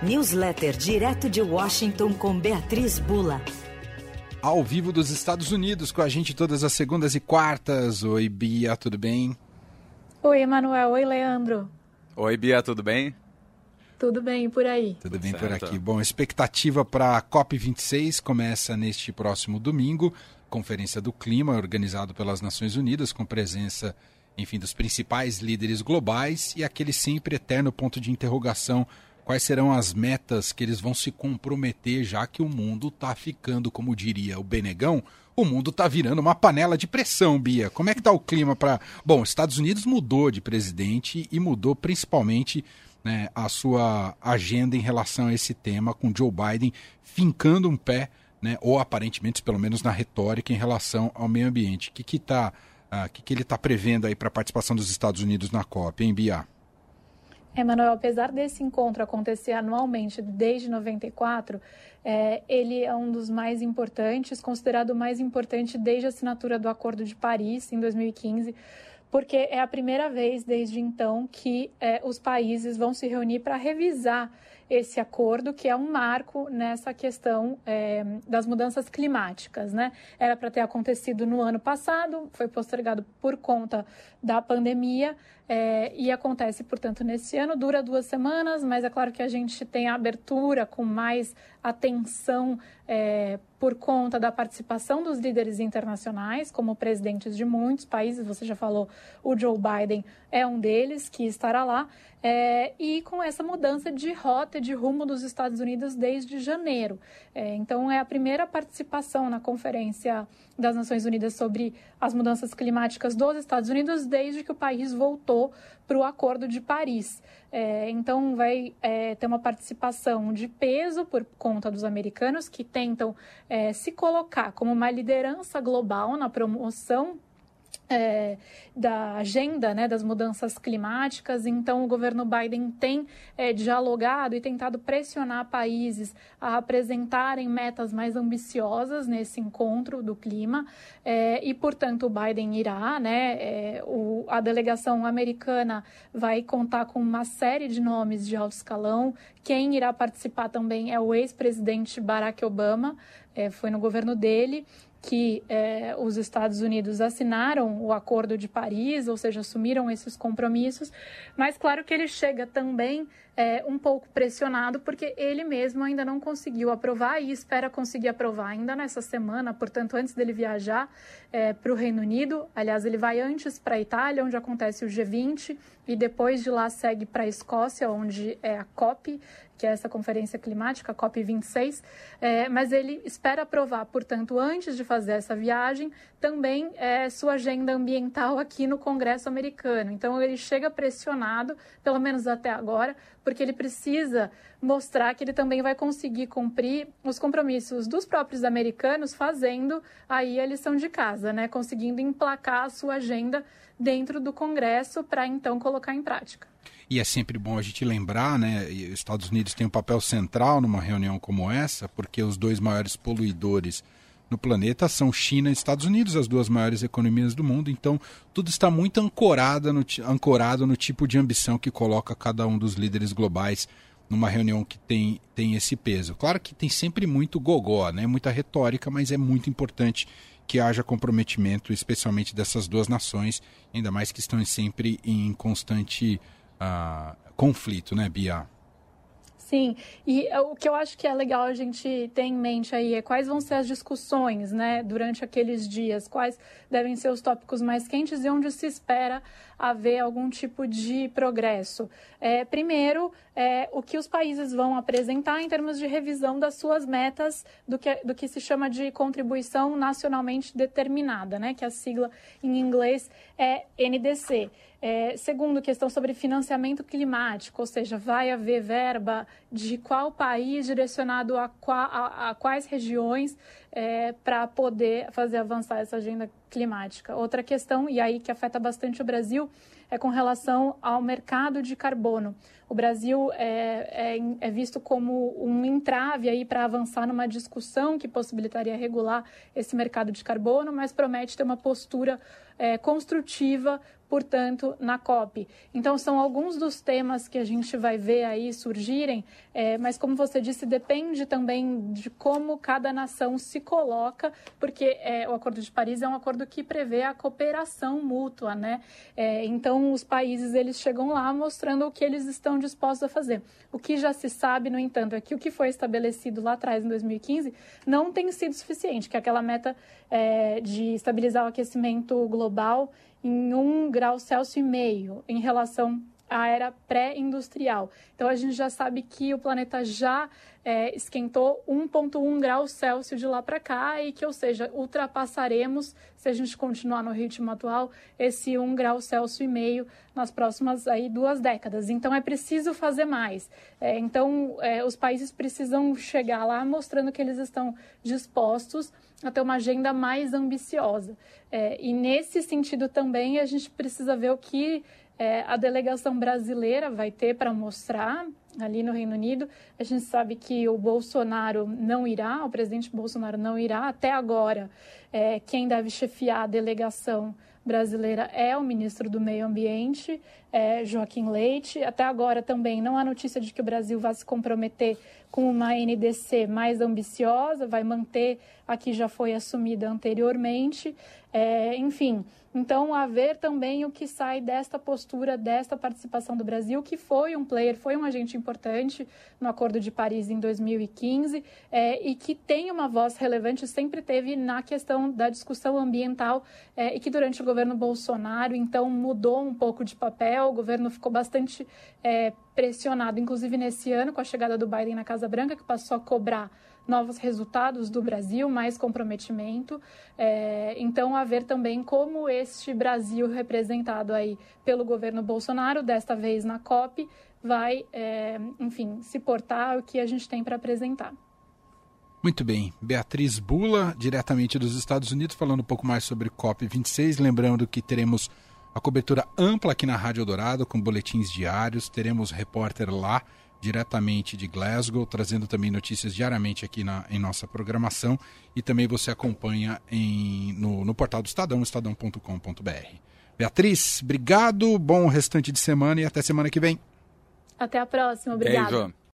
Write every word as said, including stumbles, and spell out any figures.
Newsletter direto de Washington com Beatriz Bula. Ao vivo dos Estados Unidos, com a gente todas as segundas e quartas. Oi, Bia, tudo bem? Oi, Emanuel. Oi, Leandro. Oi, Bia, tudo bem? Tudo bem, por aí? Tudo bem certo. por aqui. Bom, expectativa para a COP vinte e seis começa neste próximo domingo. Conferência do Clima, organizado pelas Nações Unidas, com presença, enfim, dos principais líderes globais e aquele sempre eterno ponto de interrogação: quais serão as metas que eles vão se comprometer, já que o mundo está ficando, como diria o Benegão, o mundo está virando uma panela de pressão, Bia. Como é que está o clima para... Bom, os Estados Unidos mudou de presidente e mudou principalmente, né, a sua agenda em relação a esse tema, com Joe Biden fincando um pé, né, ou aparentemente, pelo menos na retórica, em relação ao meio ambiente. O que, que, tá, uh, que, que ele está prevendo aí para a participação dos Estados Unidos na COP, hein, Bia? Emanuel, apesar desse encontro acontecer anualmente desde noventa e quatro, é, ele é um dos mais importantes, considerado o mais importante desde a assinatura do Acordo de Paris, em dois mil e quinze, porque é a primeira vez desde então que é, os países vão se reunir para revisar esse acordo, que é um marco nessa questão é, das mudanças climáticas, né? Era para ter acontecido no ano passado, foi postergado por conta da pandemia, é, e acontece, portanto, nesse ano. Dura duas semanas, mas é claro que a gente tem a abertura com mais atenção é, por conta da participação dos líderes internacionais, como presidentes de muitos países. Você já falou, o Joe Biden é um deles que estará lá, é, e com essa mudança de rota, de rumo dos Estados Unidos desde janeiro. É, então, é a primeira participação na Conferência das Nações Unidas sobre as mudanças climáticas dos Estados Unidos desde que o país voltou para o Acordo de Paris. É, então, vai é, ter uma participação de peso por conta dos americanos, que tentam é, se colocar como uma liderança global na promoção É, da agenda, né, das mudanças climáticas. Então, o governo Biden tem é, dialogado e tentado pressionar países a apresentarem metas mais ambiciosas nesse encontro do clima, é, e, portanto, o Biden irá, né, é, o, a delegação americana vai contar com uma série de nomes de alto escalão. Quem irá participar também é o ex-presidente Barack Obama, é, foi no governo dele que eh, os Estados Unidos assinaram o Acordo de Paris, ou seja, assumiram esses compromissos, mas claro que ele chega também eh, um pouco pressionado, porque ele mesmo ainda não conseguiu aprovar e espera conseguir aprovar ainda nessa semana, portanto, antes dele viajar eh, para o Reino Unido. Aliás, ele vai antes para a Itália, onde acontece o G vinte, e depois de lá segue para a Escócia, onde é a COP, que é essa conferência climática, a COP vinte e seis, é, mas ele espera aprovar, portanto, antes de fazer essa viagem, também é, sua agenda ambiental aqui no Congresso americano. Então, ele chega pressionado, pelo menos até agora, porque ele precisa mostrar que ele também vai conseguir cumprir os compromissos dos próprios americanos, fazendo aí a lição de casa, né? Conseguindo emplacar a sua agenda dentro do Congresso para, então, colocar em prática. E é sempre bom a gente lembrar, né, os Estados Unidos têm um papel central numa reunião como essa, porque os dois maiores poluidores no planeta são China e Estados Unidos, as duas maiores economias do mundo. Então, tudo está muito ancorado no, ancorado no tipo de ambição que coloca cada um dos líderes globais numa reunião que tem, tem esse peso. Claro que tem sempre muito gogó, né, muita retórica, mas é muito importante que haja comprometimento, especialmente dessas duas nações, ainda mais que estão sempre em constante Uh, conflito, né, Bia? Sim, e o que eu acho que é legal a gente ter em mente aí é quais vão ser as discussões, né, durante aqueles dias, quais devem ser os tópicos mais quentes e onde se espera haver algum tipo de progresso. É, primeiro, é, o que os países vão apresentar em termos de revisão das suas metas do que, do que se chama de contribuição nacionalmente determinada, né, que a sigla em inglês é N D C. É, segundo, questão sobre financiamento climático, ou seja, vai haver verba de qual país direcionado a, qua, a, a quais regiões é, para poder fazer avançar essa agenda climática. Outra questão, e aí que afeta bastante o Brasil, é com relação ao mercado de carbono. O Brasil é, é, é visto como um entrave aí para avançar numa discussão que possibilitaria regular esse mercado de carbono, mas promete ter uma postura é, construtiva, portanto, na COP. Então, são alguns dos temas que a gente vai ver aí surgirem, é, mas, como você disse, depende também de como cada nação se coloca, porque é, o Acordo de Paris é um acordo que prevê a cooperação mútua, né? É, então, os países, eles chegam lá mostrando o que eles estão dispostos a fazer. O que já se sabe, no entanto, é que o que foi estabelecido lá atrás, em dois mil e quinze, não tem sido suficiente, que é aquela meta é, de estabilizar o aquecimento global em um grau Celsius e meio em relação à era pré-industrial. Então, a gente já sabe que o planeta já é, esquentou um vírgula um graus Celsius de lá para cá e que, ou seja, ultrapassaremos, se a gente continuar no ritmo atual, esse um grau Celsius e meio nas próximas aí, duas décadas. Então, é preciso fazer mais. É, então, é, os países precisam chegar lá mostrando que eles estão dispostos a ter uma agenda mais ambiciosa. É, e, nesse sentido também, a gente precisa ver o que é, a delegação brasileira vai ter para mostrar ali no Reino Unido. A gente sabe que o Bolsonaro não irá, o presidente Bolsonaro não irá. Até agora, é, quem deve chefiar a delegação brasileira é o ministro do Meio Ambiente, é, Joaquim Leite. Até agora também não há notícia de que o Brasil vai se comprometer com uma N D C mais ambiciosa, vai manter a que já foi assumida anteriormente. É, enfim, então, a ver também o que sai desta postura, desta participação do Brasil, que foi um player, foi um agente importante no Acordo de Paris em dois mil e quinze, é, e que tem uma voz relevante, sempre teve na questão da discussão ambiental, é, e que durante o governo Bolsonaro, então, mudou um pouco de papel, o governo ficou bastante é, pressionado, inclusive nesse ano, com a chegada do Biden na Casa Branca, que passou a cobrar novos resultados do Brasil, mais comprometimento. É, então, a ver também como este Brasil representado aí pelo governo Bolsonaro, desta vez na COP, vai, é, enfim, se portar o que a gente tem para apresentar. Muito bem. Beatriz Bula, diretamente dos Estados Unidos, falando um pouco mais sobre COP vinte e seis. Lembrando que teremos a cobertura ampla aqui na Rádio Eldorado, com boletins diários. Teremos repórter lá, diretamente de Glasgow, trazendo também notícias diariamente aqui na, em nossa programação, e também você acompanha em, no, no portal do Estadão, estadão ponto com ponto b r. Beatriz, obrigado, bom restante de semana e até semana que vem. Até a próxima, obrigado. Beijo.